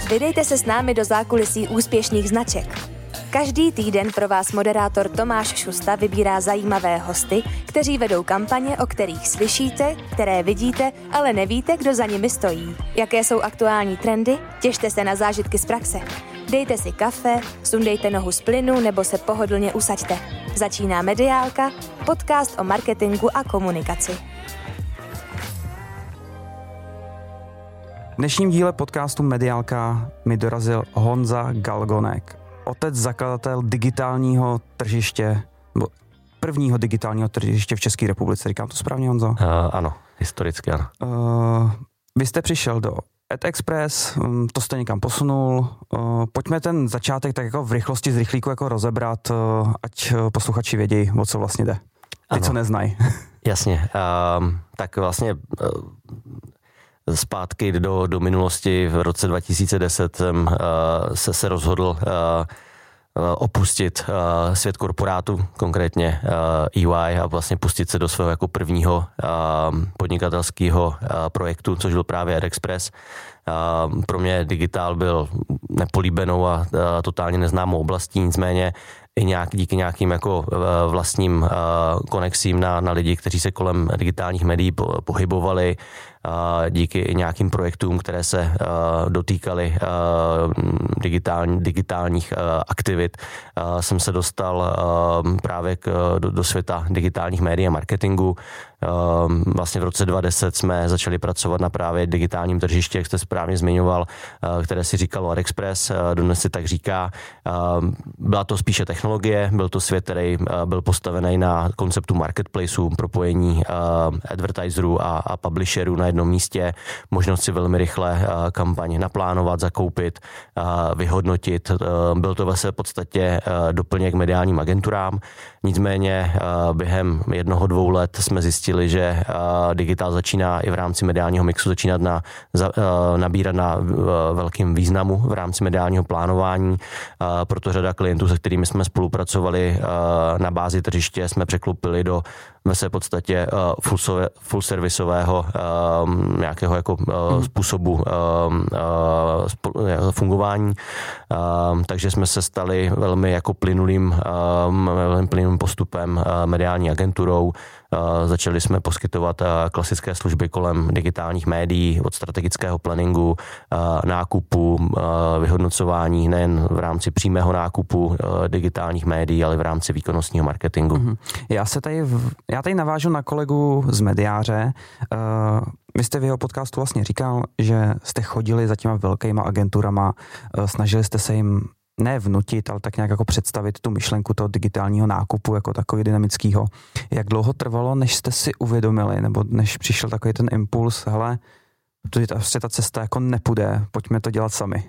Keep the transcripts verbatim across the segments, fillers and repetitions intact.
Vydejte se s námi do zákulisí úspěšných značek. Každý týden pro vás moderátor Tomáš Šusta vybírá zajímavé hosty, kteří vedou kampaně, o kterých slyšíte, které vidíte, ale nevíte, kdo za nimi stojí. Jaké jsou aktuální trendy? Těšte se na zážitky z praxe. Dejte si kafe, sundejte nohu z plynu nebo se pohodlně usaďte. Začíná Mediálka, podcast o marketingu a komunikaci. V dnešním díle podcastu Mediálka mi dorazil Honza Galgonek, otec zakladatel digitálního tržiště, nebo prvního digitálního tržiště v České republice. Říkám to správně, Honzo? Uh, ano, historicky ano. Uh, vy jste přišel do AdExpress, um, to jste někam posunul. Uh, pojďme ten začátek tak jako v rychlosti z rychlíku jako rozebrat, uh, ať uh, posluchači vědí, o co vlastně jde. Ty, ano. Co neznají. Jasně, uh, tak vlastně... Uh, Zpátky do, do minulosti v roce dva tisíce deset jsem uh, se, se rozhodl uh, uh, opustit uh, svět korporátu, konkrétně uh, E Y, a vlastně pustit se do svého jako prvního uh, podnikatelského uh, projektu, což byl právě AdExpress. Uh, pro mě digitál byl nepolíbenou a uh, totálně neznámou oblastí, nicméně i nějak, díky nějakým jako uh, vlastním uh, konexím na, na lidi, kteří se kolem digitálních médií po, pohybovali, uh, díky i nějakým projektům, které se uh, dotýkaly uh, digitální, digitálních uh, aktivit, uh, jsem se dostal uh, právě k, do, do světa digitálních médií a marketingu. Uh, vlastně v roce dva tisíce deset jsme začali pracovat na právě digitálním tržišti, jak jste správně zmiňoval, uh, které si říkalo AdExpress, uh, dodnes si tak říká. Uh, byla to spíše technologie, byl to svět, který uh, byl postavený na konceptu marketplaceů, propojení uh, advertiserů a, a publisherů na jednom místě, možnost si velmi rychle uh, kampaň naplánovat, zakoupit, uh, vyhodnotit. Uh, byl to ve své podstatě uh, doplněk mediálním agenturám, nicméně uh, během jednoho, dvou let jsme zjistili, že uh, digitál začíná i v rámci mediálního mixu začínat na, za, uh, nabírat na uh, velkým významu v rámci mediálního plánování, uh, proto řada klientů, se kterými jsme spolupracovali uh, na bázi tržiště, jsme překlopili do ve své podstatě uh, full, sove, full servisového uh, nějakého jako uh, mm. způsobu uh, uh, fungování. Uh, takže jsme se stali velmi jako plynulým, uh, velmi plynulým postupem uh, mediální agenturou. Uh, začali jsme poskytovat uh, klasické služby kolem digitálních médií, od strategického planningu, uh, nákupu, uh, vyhodnocování nejen v rámci přímého nákupu uh, digitálních médií, ale v rámci výkonnostního marketingu. Mm-hmm. Já se tady, v, já tady navážu na kolegu z Mediáře. Uh, vy jste v jeho podcastu vlastně říkal, že jste chodili za těma velkýma agenturama, uh, snažili jste se jim ne vnutit, ale tak nějak jako představit tu myšlenku toho digitálního nákupu jako takový dynamického. Jak dlouho trvalo, než jste si uvědomili, nebo než přišel takový ten impuls, hele, to je prostě ta cesta jako nepůjde, pojďme to dělat sami.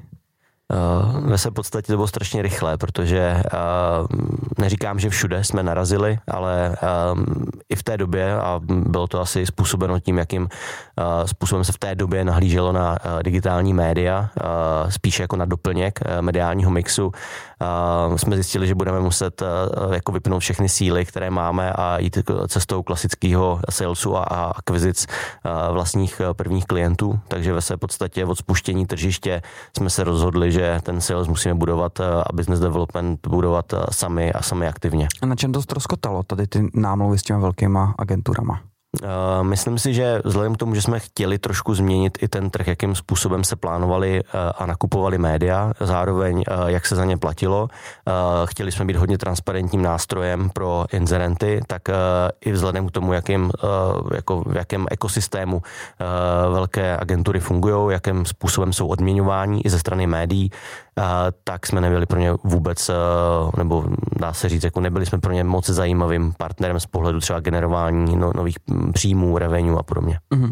Uh, ve své podstatě to bylo strašně rychlé, protože uh, neříkám, že všude jsme narazili, ale uh, i v té době, a bylo to asi způsobeno tím, jakým uh, způsobem se v té době nahlíželo na uh, digitální média, uh, spíše jako na doplněk uh, mediálního mixu, uh, jsme zjistili, že budeme muset uh, jako vypnout všechny síly, které máme, a jít cestou klasického salesu a, a akvizic uh, vlastních uh, prvních klientů. Takže ve své podstatě od spuštění tržiště jsme se rozhodli, že že ten sales musíme budovat a business development budovat sami a sami aktivně. A na čem to ztroskotalo, tady ty námluvy s těma velkýma agenturama? Uh, myslím si, že vzhledem k tomu, že jsme chtěli trošku změnit i ten trh, jakým způsobem se plánovali uh, a nakupovali média, zároveň uh, jak se za ně platilo, uh, chtěli jsme být hodně transparentním nástrojem pro inzerenty, tak uh, i vzhledem k tomu, jakým, uh, jako v jakém ekosystému uh, velké agentury fungují, jakým způsobem jsou odměňováni i ze strany médií, uh, tak jsme nebyli pro ně vůbec, uh, nebo dá se říct, jako nebyli jsme pro ně moc zajímavým partnerem z pohledu třeba generování no, nových příjmů, revenue a podobně. Uh-huh.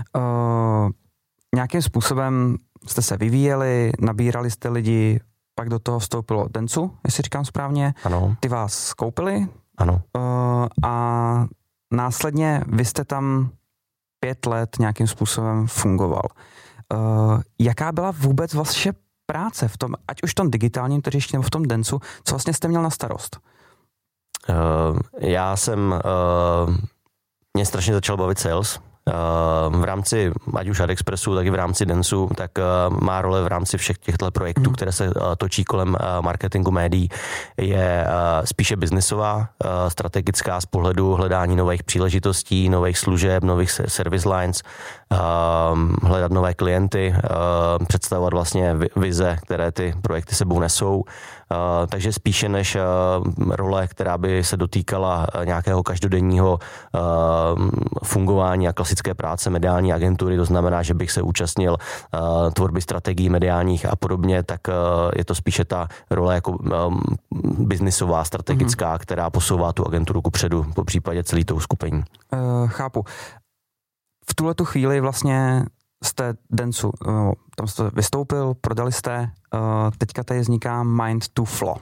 Uh, nějakým způsobem jste se vyvíjeli, nabírali jste lidi, pak do toho vstoupilo Dentsu, jestli říkám správně. Ano. Ty vás koupili. Ano. Uh, a následně vy jste tam pět let nějakým způsobem fungoval. Uh, jaká byla vůbec vaše práce v tom, ať už v tom digitálním tržišti nebo v tom Dentsu, co vlastně jste měl na starost? Uh, já jsem... Uh... Mě strašně začal bavit sales. V rámci, ať už AdExpressu, tak i v rámci Densu, tak má role v rámci všech těchto projektů, mm. které se točí kolem marketingu médií, je spíše biznisová, strategická z pohledu hledání nových příležitostí, nových služeb, nových service lines, hledat nové klienty, představovat vlastně vize, které ty projekty sebou nesou. Takže spíše než role, která by se dotýkala nějakého každodenního fungování a klasické práce mediální agentury, to znamená, že bych se účastnil tvorby strategií mediálních a podobně, tak je to spíše ta role jako biznisová, strategická, mm-hmm. která posouvá tu agenturu kupředu, po případě celý to uskupení. Uh, chápu. V tuhletu chvíli vlastně jste Densu, tam jste vystoupil, prodali jste, teďka tady vzniká Mind to Flow.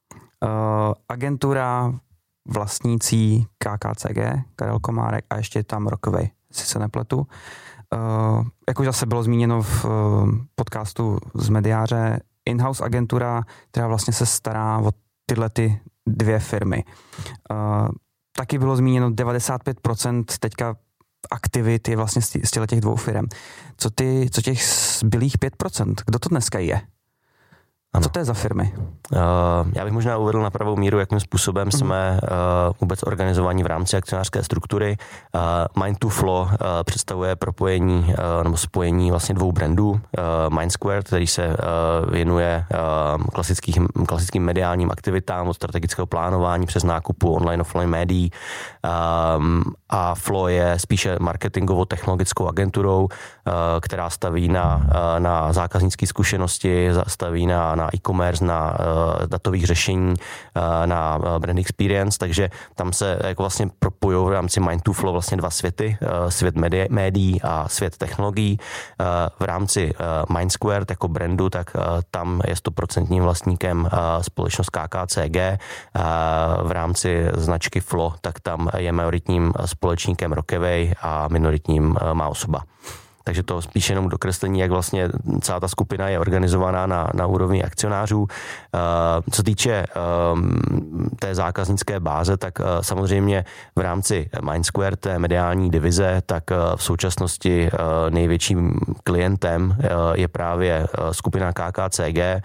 Agentura vlastnící K K C G, Karel Komárek a ještě tam Rokovej, jestli se nepletu. Jak už zase bylo zmíněno v podcastu z Mediáře, in-house agentura, která vlastně se stará o tyhle ty dvě firmy. Taky bylo zmíněno devadesát pět procent teďka aktivit je vlastně z těch dvou firm. Co, ty, co těch zbylých pět procent? Kdo to dneska je? Ano. Co to je za firmy? Uh, já bych možná uvedl na pravou míru, jakým způsobem mm. jsme uh, vůbec organizovaní v rámci akcionářské struktury. Uh, Mind to Flow uh, představuje propojení uh, nebo spojení vlastně dvou brandů. Uh, Mindsquared, který se uh, věnuje uh, klasickým, klasickým mediálním aktivitám od strategického plánování přes nákupu online, offline médií. Um, a Flow je spíše marketingovo-technologickou agenturou, uh, která staví na, uh, na zákaznické zkušenosti, staví na na e-commerce, na uh, datových řešení, uh, na uh, brand experience, takže tam se jako vlastně propojují v rámci Mind to Flow vlastně dva světy, uh, svět médi- médií a svět technologií. Uh, v rámci uh, Mindsquared jako brandu, tak uh, tam je stoprocentním vlastníkem uh, společnost K K C G. Uh, v rámci značky Flow, tak tam je majoritním společníkem Rockaway a minoritním uh, má osoba. Takže to spíš jenom dokreslení, jak vlastně celá ta skupina je organizovaná na, na úrovni akcionářů. Co týče té zákaznické báze, tak samozřejmě v rámci Mindsquared, té mediální divize, tak v současnosti největším klientem je právě skupina K K C G.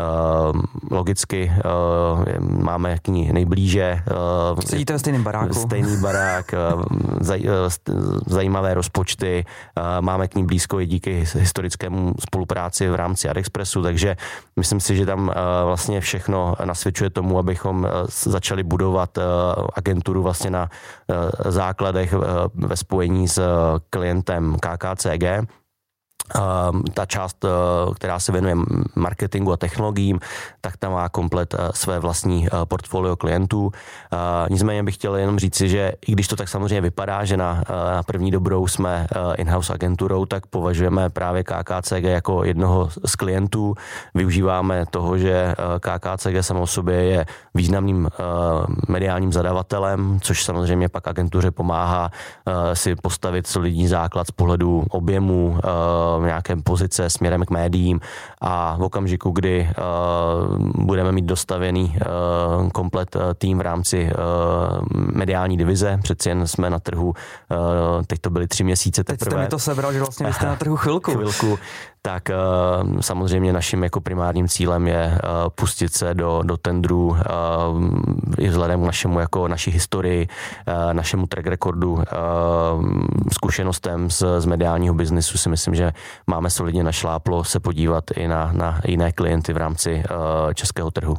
Logicky máme k ní nejblíže. Sedíte ve stejném baráku. Stejný barák, zaj, zajímavé rozpočty, máme k ní blízko i díky historickému spolupráci v rámci AdExpressu, takže myslím si, že tam vlastně všechno nasvědčuje tomu, abychom začali budovat agenturu vlastně na základech ve spojení s klientem K K C G. Uh, ta část, uh, která se věnuje marketingu a technologiím, tak tam má komplet uh, své vlastní uh, portfolio klientů. Uh, nicméně bych chtěl jenom říci, že i když to tak samozřejmě vypadá, že na, uh, na první dobrou jsme uh, in-house agenturou, tak považujeme právě K K C G jako jednoho z klientů. Využíváme toho, že uh, K K C G samo o sobě je významným uh, mediálním zadavatelem, což samozřejmě pak agentuře pomáhá uh, si postavit solidní základ z pohledu objemu, uh, nějaké pozice směrem k médiím a v okamžiku, kdy uh, budeme mít dostavený uh, komplet uh, tým v rámci uh, mediální divize, přeci jen jsme na trhu, uh, teď to byly tři měsíce teprve. Teď jste mi to sebral, že vlastně jste na trhu chvilku. chvilku. Tak uh, samozřejmě naším jako primárním cílem je uh, pustit se do, do tendru uh, i vzhledem k našemu jako naší historii, uh, našemu track recordu, uh, zkušenostem z, z mediálního biznisu si myslím, že máme solidně našláplo se podívat i na, na jiné klienty v rámci uh, českého trhu.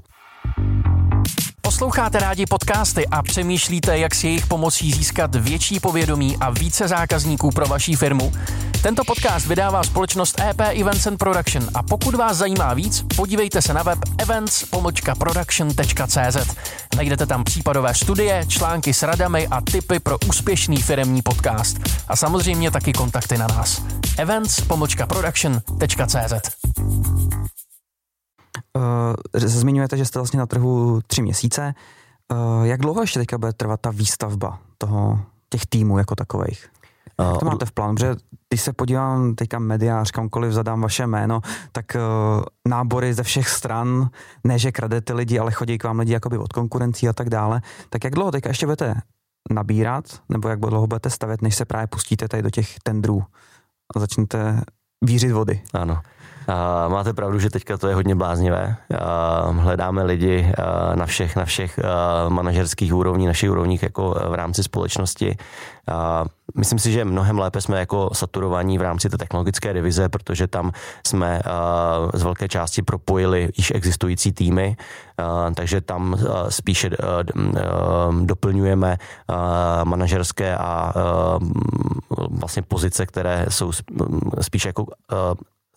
Posloucháte rádi podcasty a přemýšlíte, jak s jejich pomocí získat větší povědomí a více zákazníků pro vaši firmu? Tento podcast vydává společnost E P Events and Production a pokud vás zajímá víc, podívejte se na web events pomlčka production tečka cé zet. Najdete tam případové studie, články s radami a tipy pro úspěšný firemní podcast. A samozřejmě taky kontakty na nás. events pomlčka production tečka cé zet. Uh, zmiňujete, že jste vlastně na trhu tři měsíce. Uh, jak dlouho ještě teďka bude trvat ta výstavba toho, těch týmů jako takových? Jak to máte v plánu? Protože když se podívám teďka Mediář, kamkoliv zadám vaše jméno, tak uh, nábory ze všech stran, ne že kradete lidi, ale chodí k vám lidi jakoby od konkurencí a tak dále. Tak jak dlouho teďka ještě budete nabírat, nebo jak dlouho budete stavět, než se právě pustíte tady do těch tendrů a začnete vířit vody? Ano. Uh, máte pravdu, že teďka to je hodně bláznivé. Uh, hledáme lidi uh, na všech, na všech uh, manažerských úrovních, našich úrovních jako v rámci společnosti. Uh, myslím si, že mnohem lépe jsme jako saturovaní v rámci té technologické divize, protože tam jsme uh, z velké části propojili již existující týmy, uh, takže tam uh, spíše uh, uh, doplňujeme uh, manažerské a uh, vlastně pozice, které jsou spíše jako uh,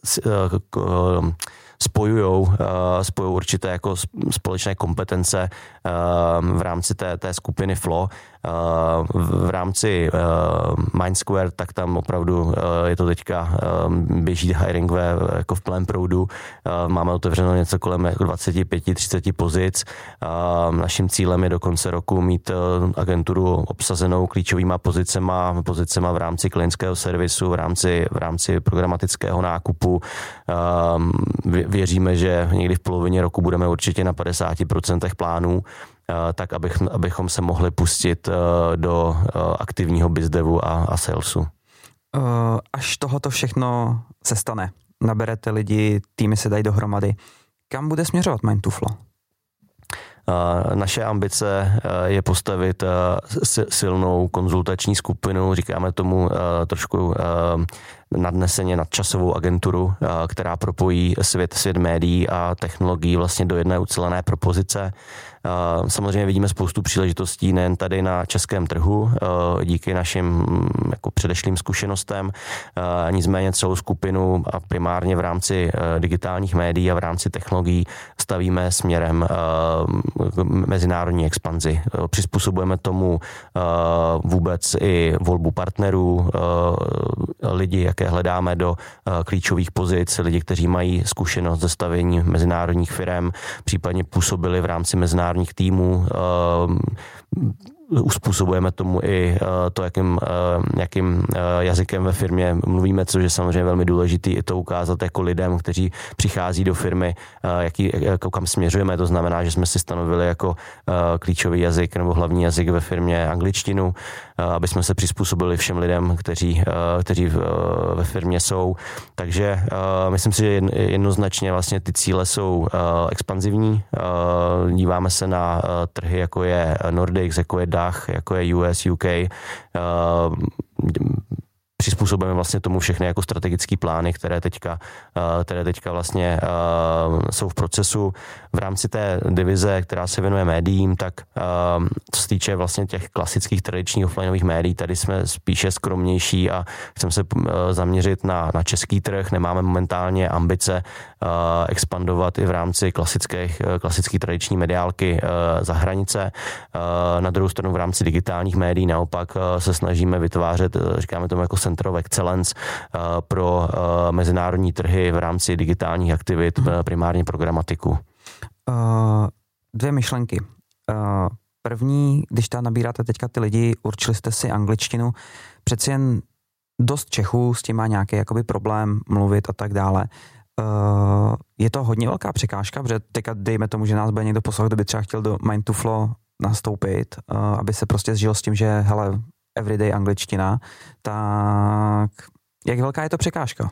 spojujou, spojujou určité jako společné kompetence v rámci té, té skupiny Flow. V rámci Mindsquare, tak tam opravdu je to teďka, běží hiring ve, jako v plném proudu. Máme otevřeno něco kolem dvacet pět třicet pozic. Naším cílem je do konce roku mít agenturu obsazenou klíčovýma pozicema, pozicema v rámci klientského servisu, v rámci, v rámci programatického nákupu. Věříme, že někdy v polovině roku budeme určitě na padesát procent plánů, tak abych, abychom se mohli pustit do aktivního bizdevu a, a salesu. Až tohoto všechno se stane, naberete lidi, týmy se dají dohromady, kam bude směřovat Mind to Flow? Naše ambice je postavit silnou konzultační skupinu, říkáme tomu trošku nadneseně nadčasovou agenturu, která propojí svět, svět médií a technologií vlastně do jedné ucelené propozice. Samozřejmě vidíme spoustu příležitostí nejen tady na českém trhu díky našim jako předešlým zkušenostem, nicméně celou skupinu a primárně v rámci digitálních médií a v rámci technologií stavíme směrem mezinárodní expanzi. Přizpůsobujeme tomu vůbec i volbu partnerů, lidi, jaké hledáme do klíčových pozic, lidi, kteří mají zkušenost ze stavění mezinárodních firem, případně působili v rámci mezinárodních týmů. Uspůsobujeme tomu i to, jakým, jakým jazykem ve firmě mluvíme, což je samozřejmě velmi důležitý i to ukázat jako lidem, kteří přichází do firmy, jaký, jako kam směřujeme. To znamená, že jsme si stanovili jako klíčový jazyk nebo hlavní jazyk ve firmě angličtinu, aby jsme se přizpůsobili všem lidem, kteří, kteří ve firmě jsou. Takže myslím si, že jednoznačně vlastně ty cíle jsou expanzivní. Díváme se na trhy, jako je Nordics, jako je D A C H, jako je U S, U K. Přizpůsobujeme vlastně tomu všechny jako strategické plány, které teďka, které teďka vlastně jsou v procesu. V rámci té divize, která se věnuje médiím, tak co se týče vlastně těch klasických tradičních offlineových médií, tady jsme spíše skromnější a chceme se zaměřit na, na český trh. Nemáme momentálně ambice expandovat i v rámci klasických, klasických tradiční mediálky za hranice. Na druhou stranu v rámci digitálních médií naopak se snažíme vytvářet, říkáme tomu jako Center of Excellence pro mezinárodní trhy v rámci digitálních aktivit, primárně programatiku. Uh, dvě myšlenky. Uh, první, když tam nabíráte teďka ty lidi, určili jste si angličtinu, přeci jen dost Čechů s tím má nějaký jakoby problém mluvit a tak dále. Uh, je to hodně velká překážka, protože teďka dejme tomu, že nás bude někdo poslouchat, kdo by třeba chtěl do Mind to Flow nastoupit, uh, aby se prostě zžil s tím, že hele, everyday angličtina, tak jak velká je to překážka?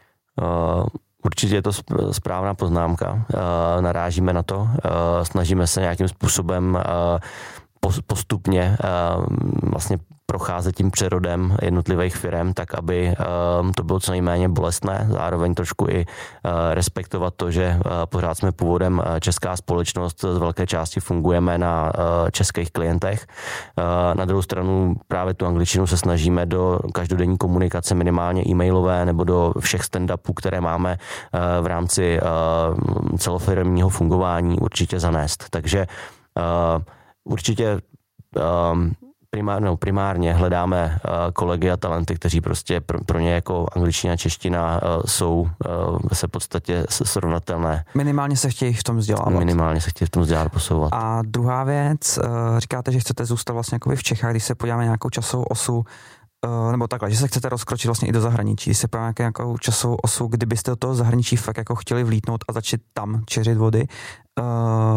Uh, určitě je to správná poznámka. Uh, narážíme na to, uh, snažíme se nějakým způsobem uh, postupně uh, vlastně procházet tím přerodem jednotlivých firem, tak aby um, to bylo co nejméně bolestné, zároveň trošku i uh, respektovat to, že uh, pořád jsme původem uh, česká společnost, z velké části fungujeme na uh, českých klientech. Uh, na druhou stranu právě tu angličtinu se snažíme do každodenní komunikace, minimálně e-mailové nebo do všech stand-upů, které máme uh, v rámci uh, celofiremního fungování určitě zanést. Takže uh, určitě um, Primárně, no, primárně hledáme uh, kolegy a talenty, kteří prostě pro, pro ně jako angličtina a čeština uh, jsou uh, se v podstatě srovnatelné. Minimálně se chtějí v tom vzdělávat. Minimálně se chtějí v tom vzdělávat, posouvat. A druhá věc, uh, říkáte, že chcete zůstat vlastně jako v Čechách, když se podíváme nějakou časovou osu, uh, nebo takhle, že se chcete rozkročit vlastně i do zahraničí. Když se podíváme nějakou časovou osu, kdybyste do toho zahraničí fakt jako chtěli vlítnout a začít tam čeřit vody, uh,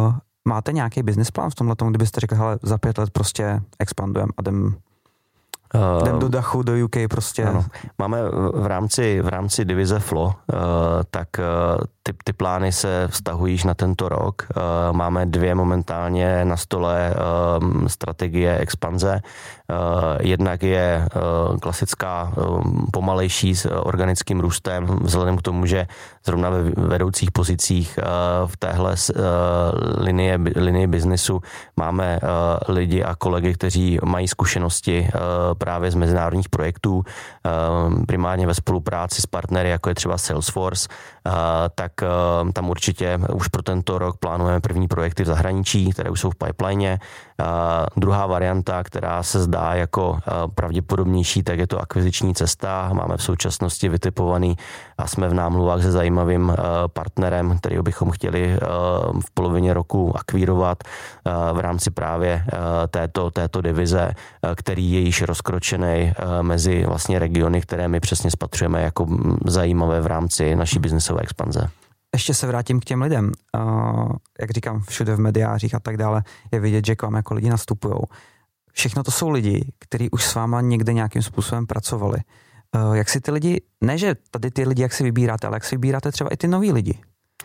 máte nějaký business plán v tomhle tomu, kdybyste řekli, hele, za pět let prostě expandujeme a jdem, uh, jdem do dachu, do U K prostě. Ano. Máme v rámci, v rámci divize Flow, uh, tak uh, ty, ty plány se vztahují na tento rok. Uh, máme dvě momentálně na stole um, strategie expanze. Uh, jednak je uh, klasická um, pomalejší s organickým růstem, vzhledem k tomu, že zrovna ve vedoucích pozicích uh, v téhle uh, linie, linii biznesu máme uh, lidi a kolegy, kteří mají zkušenosti uh, právě z mezinárodních projektů, uh, primárně ve spolupráci s partnery, jako je třeba Salesforce, uh, tak uh, tam určitě už pro tento rok plánujeme první projekty v zahraničí, které už jsou v pipeline. Uh, druhá varianta, která se zdá jako uh, pravděpodobnější, tak je to akviziční cesta. Máme v současnosti vytipovaný a jsme v námluvách se zajímavým uh, partnerem, kterýho bychom chtěli uh, v polovině roku akvírovat uh, v rámci právě uh, této, této divize, uh, který je již rozkročený uh, mezi vlastně regiony, které my přesně spatřujeme jako zajímavé v rámci naší biznesové expanze. Ještě se vrátím k těm lidem. Uh, jak říkám, všude v mediářích a tak dále je vidět, že k vám jako lidi nastupujou. Všechno to jsou lidi, kteří už s váma někde nějakým způsobem pracovali. Uh, jak si ty lidi, ne že tady ty lidi, jak si vybíráte, ale jak si vybíráte třeba i ty noví lidi?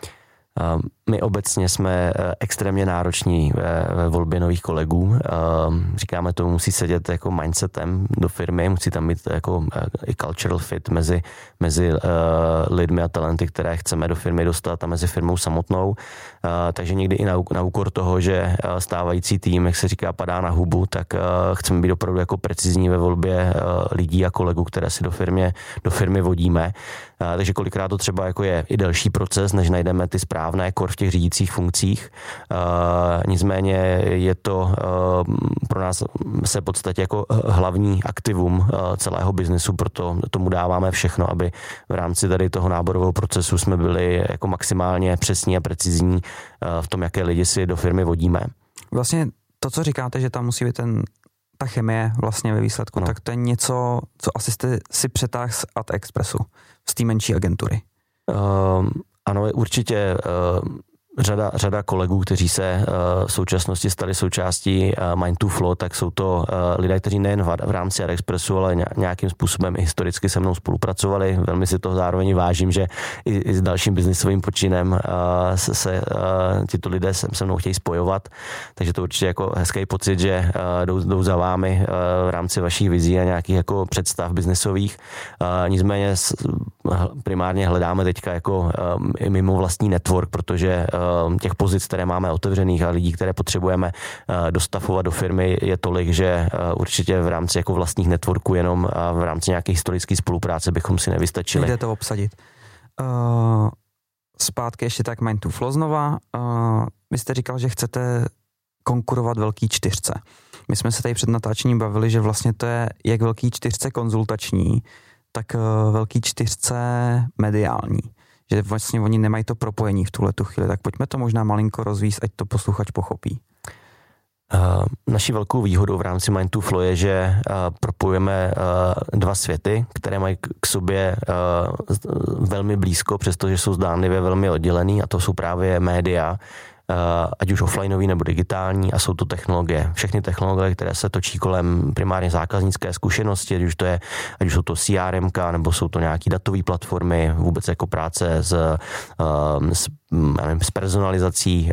My obecně jsme extrémně nároční ve, ve volbě nových kolegů. Říkáme to, musí sedět jako mindsetem do firmy, musí tam být jako i cultural fit mezi, mezi lidmi a talenty, které chceme do firmy dostat a mezi firmou samotnou. Takže někdy i na, na úkor toho, že stávající tým, jak se říká, padá na hubu, tak chceme být opravdu jako precizní ve volbě lidí a kolegů, které si do firmy, do firmy vodíme. Takže kolikrát to třeba jako je i delší proces, než najdeme ty správné kor v těch řídících funkcích. Uh, nicméně je to uh, pro nás se v podstatě jako hlavní aktivum uh, celého biznesu, proto tomu dáváme všechno, aby v rámci tady toho náborového procesu jsme byli jako maximálně přesní a precizní uh, v tom, jaké lidi si do firmy vodíme. Vlastně to, co říkáte, že tam musí být ten ta chemie vlastně ve výsledku, no. Tak to je něco, co asi jste si přetáhl z Ad Expressu, z té menší agentury. Uh, ano, určitě uh, řada, řada kolegů, kteří se uh, v současnosti stali součástí uh, Mind to Flow, tak jsou to uh, lidé, kteří nejen v, v rámci Ad Expressu, ale nějakým způsobem i historicky se mnou spolupracovali. Velmi si toho zároveň vážím, že i, i s dalším biznisovým počinem uh, se, se uh, tyto lidé se, se mnou chtějí spojovat. Takže to určitě jako hezký pocit, že uh, jdou, jdou za vámi uh, v rámci vašich vizí a nějakých jako představ biznisových. Uh, nicméně s, primárně hledáme teďka jako um, i mimo vlastní network, protože uh, těch pozic, které máme otevřených a lidí, které potřebujeme uh, dostafovat do firmy, je tolik, že uh, určitě v rámci jako vlastních networků jenom a v rámci nějaké historické spolupráce bychom si nevystačili. Jde to obsadit. Uh, zpátky ještě tak Mind to Flow znova. Uh, vy jste říkal, že chcete konkurovat velký čtyřce. My jsme se tady před natáčením bavili, že vlastně to je jak velký čtyřce konzultační, tak uh, velký čtyřce mediální. Že vlastně oni nemají to propojení v tuhletu chvíli. Tak pojďme to možná malinko rozvíct, ať to posluchač pochopí. Uh, naší velkou výhodou v rámci Mind to Flow je, že uh, propojujeme uh, dva světy, které mají k, k sobě uh, velmi blízko, přestože jsou zdánlivě velmi oddělený, a to jsou právě média, ať už offlineový nebo digitální, a jsou to technologie. Všechny technologie, které se točí kolem primárně zákaznické zkušenosti, ať už, to je, ať už jsou to C R M ka, nebo jsou to nějaké datové platformy, vůbec jako práce s, s, nevím, s personalizací,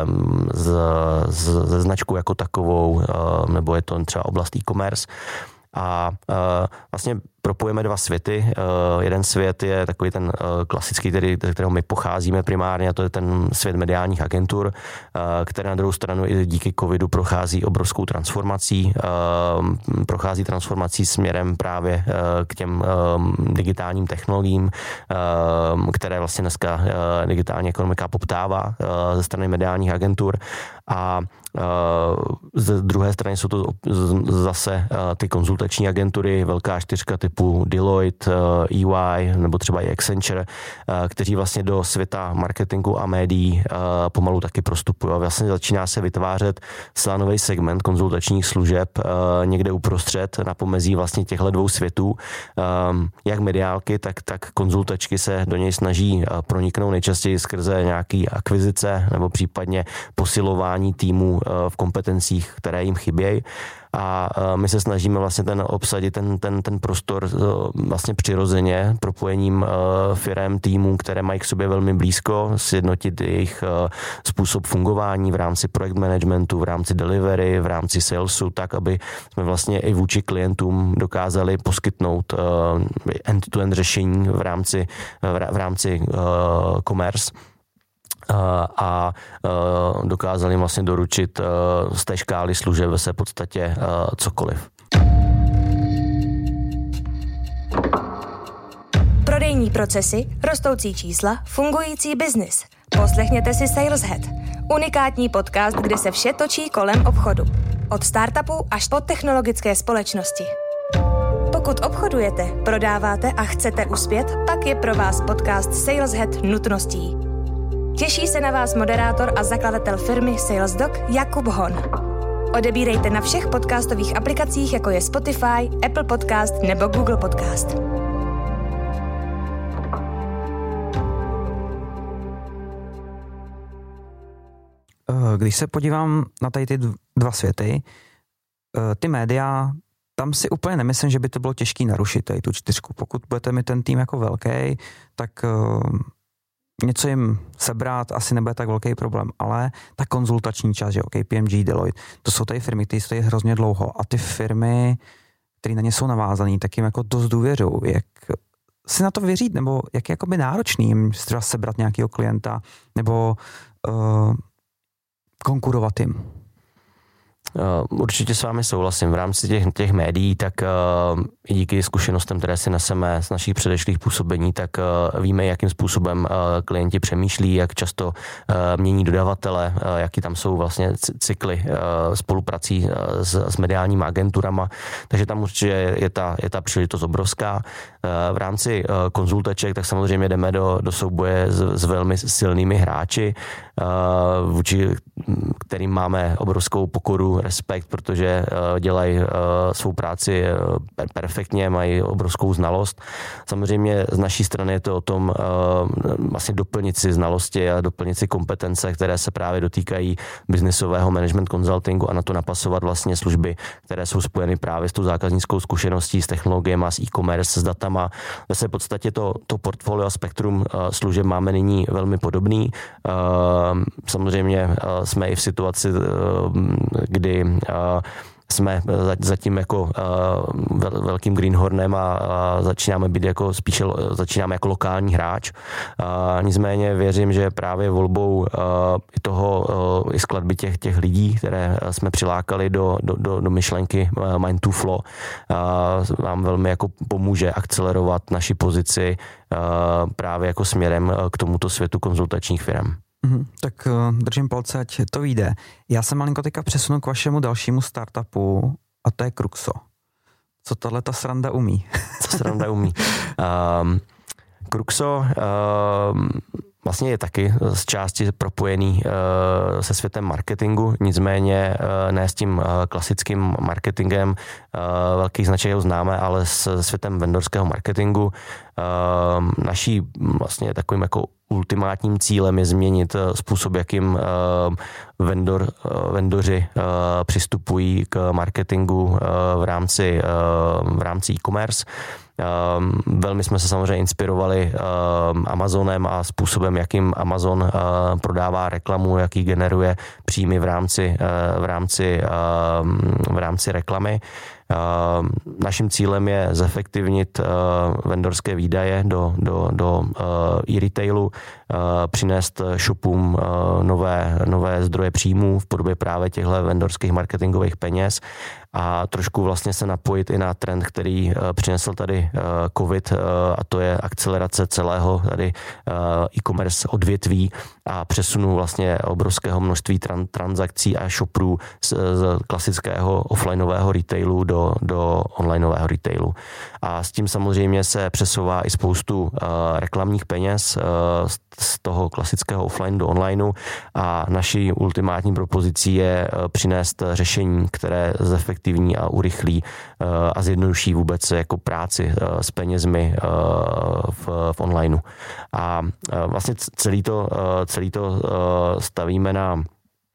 s, s, se značkou jako takovou, nebo je to třeba oblast e-commerce. A uh, vlastně propojeme dva světy. Uh, jeden svět je takový ten uh, klasický, který, ze kterého my pocházíme primárně, a to je ten svět mediálních agentur, uh, které na druhou stranu i díky covidu prochází obrovskou transformací. Uh, prochází transformací směrem právě uh, k těm uh, digitálním technologiím, uh, které vlastně dneska uh, digitální ekonomika poptává uh, ze strany mediálních agentur. A z druhé strany jsou to zase ty konzultační agentury, velká čtyřka typu typu Deloitte, E Y nebo třeba i Accenture, kteří vlastně do světa marketingu a médií pomalu taky prostupují. A vlastně začíná se vytvářet celá nový segment konzultačních služeb někde uprostřed na pomezí vlastně těchto dvou světů. Jak mediálky, tak, tak konzultačky se do něj snaží proniknout nejčastěji skrze nějaký akvizice nebo případně posilování týmu v kompetencích, které jim chybějí. A my se snažíme vlastně ten obsadit ten, ten, ten prostor vlastně přirozeně propojením firem, týmů, které mají k sobě velmi blízko, sjednotit jejich způsob fungování v rámci projekt managementu, v rámci delivery, v rámci salesu, tak, aby jsme vlastně i vůči klientům dokázali poskytnout end-to-end řešení v rámci, v rámci commerce. A dokázali vlastně doručit z té škály služeb se v podstatě cokoliv. Prodejní procesy, rostoucí čísla, fungující biznis. Poslechněte si Sales Head, unikátní podcast, kde se vše točí kolem obchodu. Od startupů až po technologické společnosti. Pokud obchodujete, prodáváte a chcete uspět, pak je pro vás podcast Sales Head nutností. Těší se na vás moderátor a zakladatel firmy SalesDoc Jakub Hon. Odebírejte na všech podcastových aplikacích, jako je Spotify, Apple Podcast nebo Google Podcast. Když se podívám na tady ty dva světy, ty média, tam si úplně nemyslím, že by to bylo těžké narušit tady tu čtyřku. Pokud budete mít ten tým jako velký, tak něco jim sebrat asi nebude tak velký problém, ale ta konzultační část, že K P M G, Deloitte, to jsou tady firmy, které stojí hrozně dlouho a ty firmy, které na ně jsou navázané, tak jim jako dost důvěřují. Jak si na to věřit, nebo jak je jakoby náročný jim třeba sebrat nějakého klienta, nebo uh, konkurovat jim? Určitě s vámi souhlasím. V rámci těch, těch médií, tak uh, i díky zkušenostem, které si neseme z našich předešlých působení, tak uh, víme, jakým způsobem uh, klienti přemýšlí, jak často uh, mění dodavatele, uh, jaký tam jsou vlastně cykly uh, spoluprací uh, s, s mediálními agenturama. Takže tam určitě je ta, je ta příležitost obrovská. Uh, v rámci uh, konzultaček, tak samozřejmě jdeme do, do souboje s, s velmi silnými hráči, uh, vůči kterým máme obrovskou pokoru, respekt, protože uh, dělají uh, svou práci uh, perfektně, mají obrovskou znalost. Samozřejmě z naší strany je to o tom uh, vlastně doplnit si znalosti a doplnit si kompetence, které se právě dotýkají biznisového management consultingu a na to napasovat vlastně služby, které jsou spojeny právě s tou zákaznickou zkušeností, s technologiemi, s e-commerce, s datama. Zase v podstatě to, to portfolio a spektrum uh, služeb máme nyní velmi podobný. Uh, samozřejmě uh, jsme i v situaci, uh, kdy Uh, jsme zatím jako uh, velkým greenhornem a, a začínáme být jako spíše začínáme jako lokální hráč. Uh, nicméně věřím, že právě volbou uh, toho uh, i skladby těch, těch lidí, které jsme přilákali do, do, do, do myšlenky uh, Mind to Flow, uh, nám velmi jako pomůže akcelerovat naši pozici uh, právě jako směrem k tomuto světu konzultačních firm. Mm, tak uh, držím palce, ať to vyjde. Já se malinko teďka přesunu k vašemu dalšímu startupu a to je Kruxo. Co tahle ta sranda umí? Co sranda umí? Um, Kruxo um, vlastně je taky z části propojený uh, se světem marketingu, nicméně uh, ne s tím uh, klasickým marketingem. Uh, velkých značek ho známe, ale s světem vendorského marketingu. Uh, naší vlastně takovým jako ultimátním cílem je změnit způsob, jakým uh, vendor, uh, vendoři uh, přistupují k marketingu uh, v rámci, uh, v rámci e-commerce. Um, velmi jsme se samozřejmě inspirovali um, Amazonem a způsobem, jakým Amazon uh, prodává reklamu, jaký generuje příjmy v rámci, uh, v rámci, uh, v rámci reklamy. Uh, naším cílem je zefektivnit uh, vendorské výdaje do, do, do uh, e-retailu, uh, přinést shopům nové, nové zdroje příjmů v podobě právě těchto vendorských marketingových peněz a trošku vlastně se napojit i na trend, který přinesl tady COVID, a to je akcelerace celého tady e-commerce odvětví a přesunu vlastně obrovského množství tran- transakcí a shopů z, z klasického offlineového retailu do, do onlineového retailu. A s tím samozřejmě se přesouvá i spoustu uh, reklamních peněz uh, z toho klasického offline do onlineu a naší ultimátní propozicí je uh, přinést řešení, které zefektivní a urychlí uh, a zjednoduší vůbec jako práci uh, s penězmi uh, v, v onlineu. A uh, vlastně celý to, uh, celý to uh, stavíme na, uh,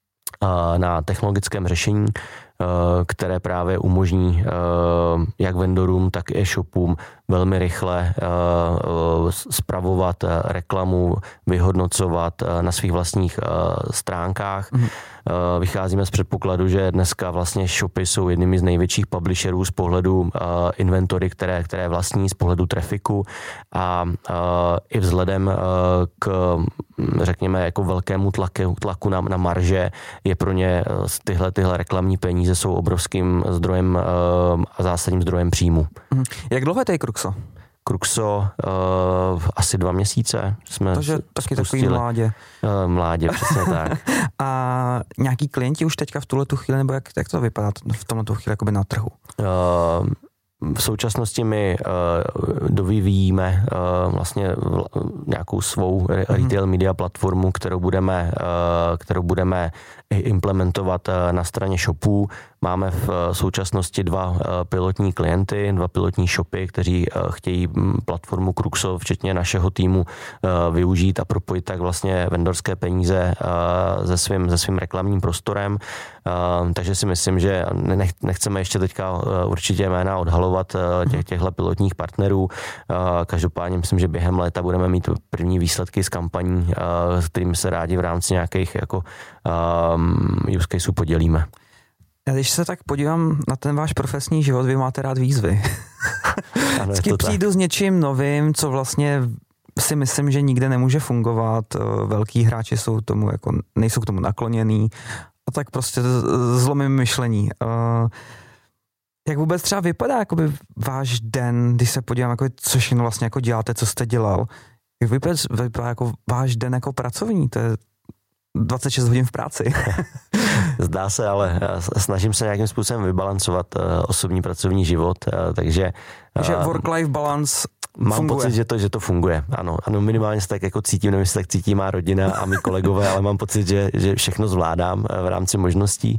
na technologickém řešení, které právě umožní jak vendorům, tak i e-shopům velmi rychle spravovat reklamu, vyhodnocovat na svých vlastních stránkách. Mm. Vycházíme z předpokladu, že dneska vlastně shopy jsou jednými z největších publisherů z pohledu inventory, které, které vlastní, z pohledu trafiku a i vzhledem k, řekněme, jako velkému tlaku, tlaku na, na marže je pro ně tyhle, tyhle reklamní peníze jsou obrovským zdrojem a zásadním zdrojem příjmu. Jak dlouho je tady Kruxo? Kruxo uh, asi dva měsíce jsme Takže taky takový mládě. Uh, mládě, přesně tak. A nějaký klienti už teďka v tuhletu chvíli, nebo jak, jak to vypadá v tomto chvíli jakoby na trhu? Uh, V současnosti my uh, dovyvíjíme uh, vlastně v, nějakou svou retail media platformu, kterou budeme, uh, kterou budeme implementovat uh, na straně shopů. Máme v uh, současnosti dva uh, pilotní klienty, dva pilotní shopy, kteří uh, chtějí platformu Kruxo, včetně našeho týmu, uh, využít a propojit tak vlastně vendorské peníze uh, se svým, se svým reklamním prostorem. Uh, takže si myslím, že nech, nechceme ještě teďka uh, určitě jména odhalovat uh, těch, těchto pilotních partnerů. Uh, každopádně myslím, že během léta budeme mít první výsledky z kampaní, uh, s kterými se rádi v rámci nějakých jako um, use caseů podělíme. Já když se tak podívám na ten váš profesní život, vy máte rád výzvy. Ano, vždycky přijdu tak s něčím novým, co vlastně si myslím, že nikde nemůže fungovat. Velký hráči jsou tomu jako, nejsou k tomu nakloněný a tak prostě zlomím myšlení. Jak vůbec třeba vypadá jakoby váš den, když se podívám, jako, co všechno vlastně jako děláte, co jste dělal? Jak vypadá, vypadá jako váš den jako pracovní? To je dvacet šest hodin v práci. Zdá se, ale snažím se nějakým způsobem vybalancovat osobní pracovní život, takže... Takže work-life balance Mám funguje. pocit, že to, že to funguje, ano. Ano, minimálně se tak jako cítím, nevím, jestli tak cítí má rodina a my kolegové, ale mám pocit, že, že všechno zvládám v rámci možností.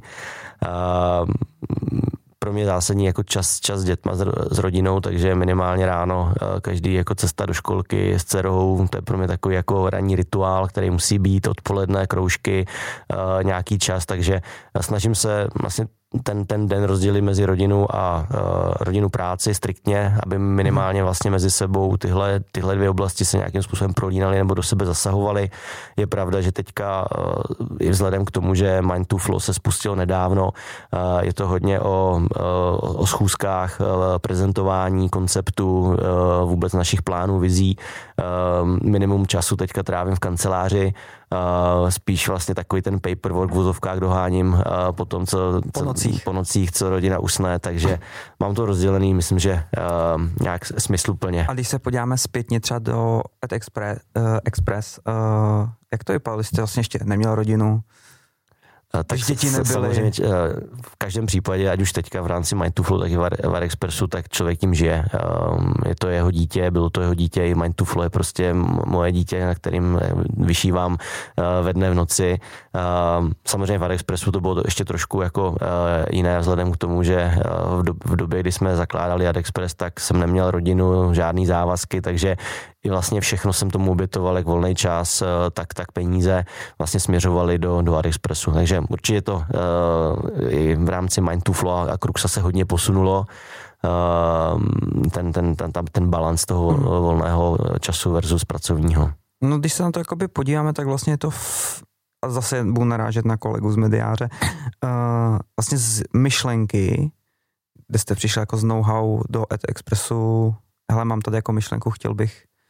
Pro mě zásadní jako čas, čas s dětma, s rodinou, takže minimálně ráno každý jako cesta do školky s dcerou, to je pro mě takový jako ranní rituál, který musí být, odpoledne kroužky, nějaký čas, takže snažím se vlastně ten, ten den rozdělit mezi rodinu a uh, rodinu práci striktně, aby minimálně vlastně mezi sebou tyhle, tyhle dvě oblasti se nějakým způsobem prolínaly nebo do sebe zasahovaly. Je pravda, že teďka uh, i vzhledem k tomu, že Mind to Flow se spustilo nedávno, uh, je to hodně o, uh, o schůzkách, uh, prezentování konceptu, uh, vůbec našich plánů, vizí. Uh, minimum času teďka trávím v kanceláři, Uh, spíš vlastně takový ten paperwork v vozovkách doháním uh, po tom, co, po co, nocích. po nocích, co rodina usne, takže mám to rozdělený, myslím, že uh, nějak smysluplně. A když se podíváme zpětně třeba do Ad Express, uh, Express uh, jak to vypadalo, jste vlastně ještě neměl rodinu? Tak děti nebyly. Samozřejmě v každém případě, ať už teďka v rámci Mind to Flow, tak i v Ad Expressu, tak člověk tím žije. Je to jeho dítě, bylo to jeho dítě, i Mind to Flow je prostě moje dítě, na kterým vyšívám ve dne v noci. Samozřejmě v Ad Expressu to bylo ještě trošku jako jiné vzhledem k tomu, že v době, kdy jsme zakládali Ad Express, tak jsem neměl rodinu, žádný závazky, takže i vlastně všechno jsem tomu obětoval, jak volný čas, tak, tak peníze vlastně směřovaly do, do Ad Expressu. Takže určitě to uh, i v rámci Mind to Flow a Kruxa se hodně posunulo. Uh, ten, ten, ten, ten, ten balans toho hmm. volného času versus pracovního. No když se na to jakoby podíváme, tak vlastně je to v, a zase budu narážet na kolegu z Mediáře, uh, vlastně z myšlenky, kde jste přišli jako z know-how do Ad Expressu, hele, mám tady jako myšlenku, chtěl bych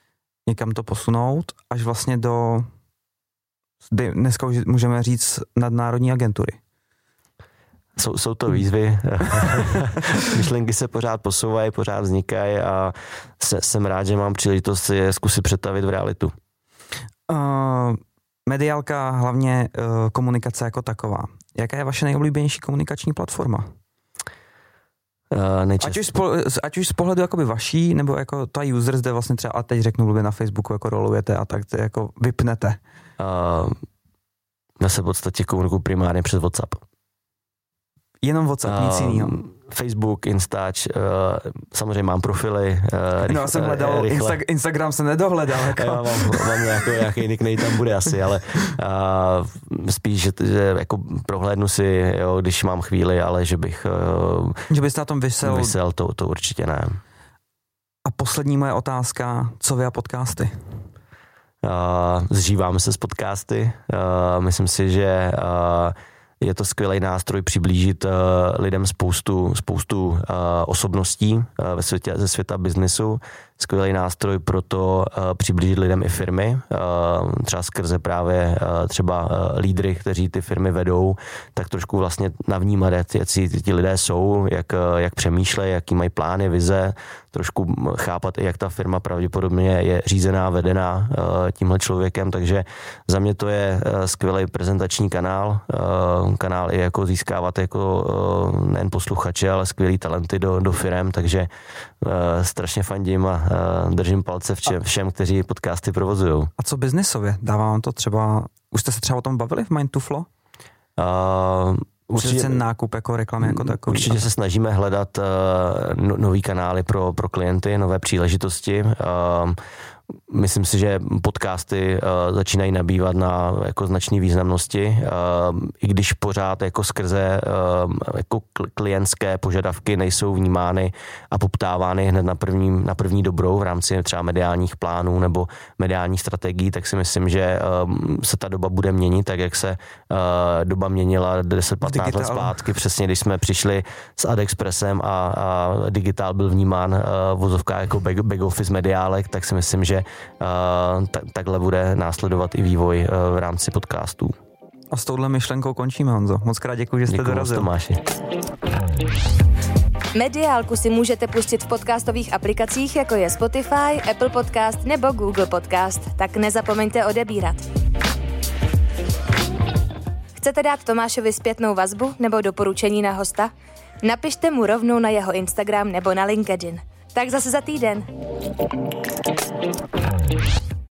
někam to posunout, až vlastně do, dneska už můžeme říct, nadnárodní agentury. Jsou, jsou to výzvy, myšlenky se pořád posouvají, pořád vznikají a se, jsem rád, že mám příležitost je zkusit přetavit v realitu. Uh, mediálka, hlavně uh, komunikace jako taková. Jaká je vaše nejoblíbenější komunikační platforma? Uh, ať, už po, ať už z pohledu jakoby vaší, nebo jako ta user zde vlastně třeba, a teď řeknu blbě na Facebooku, jako rolujete a tak jako vypnete. Uh, já se v podstatě komunikuju primárně přes WhatsApp. Jenom WhatsApp, uh, nic jiného. Facebook, Instač, uh, samozřejmě mám profily. Uh, no já jsem hledal, Insta- Instagram jsem nedohledal. Jako. Já mám, mám nějaký, nějaký nickname tam bude asi, ale uh, spíš, že, že jako prohlédnu si, jo, když mám chvíli, ale že bych uh, že bys na tom vysel, vysel to, to určitě ne. A poslední moje otázka, co vy a podcasty? Uh, zžíváme se s podcasty. Uh, myslím si, že uh, je to skvělý nástroj přiblížit uh, lidem spoustu, spoustu uh, osobností uh, ve světě, ze světa biznesu. Skvělý nástroj pro to uh, přiblížit lidem i firmy. Uh, třeba skrze právě uh, třeba uh, lídry, kteří ty firmy vedou, tak trošku vlastně navnímat, jak ti lidé jsou, jak, uh, jak přemýšlejí, jaký mají plány, vize, trošku chápat, jak ta firma pravděpodobně je řízená, vedená uh, tímhle člověkem, takže za mě to je uh, skvělý prezentační kanál, uh, kanál i jako získávat jako uh, nejen posluchače, ale skvělý talenty do, do firem, takže uh, strašně fandím a uh, držím palce všem, všem, kteří podcasty provozují. A co biznisově? Dává vám to třeba, už jste se třeba o tom bavili v Mind to Flow? Uh, Určitě nákup jako reklamy jako takový. Určitě se snažíme hledat uh, no, nový kanály pro, pro klienty, nové příležitosti. Uh, Myslím si, že podcasty uh, začínají nabývat na jako značné významnosti, uh, i když pořád jako skrze uh, jako klientské požadavky nejsou vnímány a poptávány hned na první, na první dobrou v rámci třeba mediálních plánů nebo mediálních strategií, tak si myslím, že uh, se ta doba bude měnit, tak jak se uh, doba měnila deset patnáct let zpátky, přesně když jsme přišli s AdExpressem a, a digitál byl vnímán uh, vozovka jako back, back office mediálek, tak si myslím, že Uh, t- takhle bude následovat i vývoj uh, v rámci podcastů. A s touhle myšlenkou končíme, Honzo. Moc krát děkuji, že jste děkuji dorazil. Tomáši. Mediálku si můžete pustit v podcastových aplikacích, jako je Spotify, Apple Podcast nebo Google Podcast, tak nezapomeňte odebírat. Chcete dát Tomášovi zpětnou vazbu nebo doporučení na hosta? Napište mu rovnou na jeho Instagram nebo na LinkedIn. Tak zase za týden.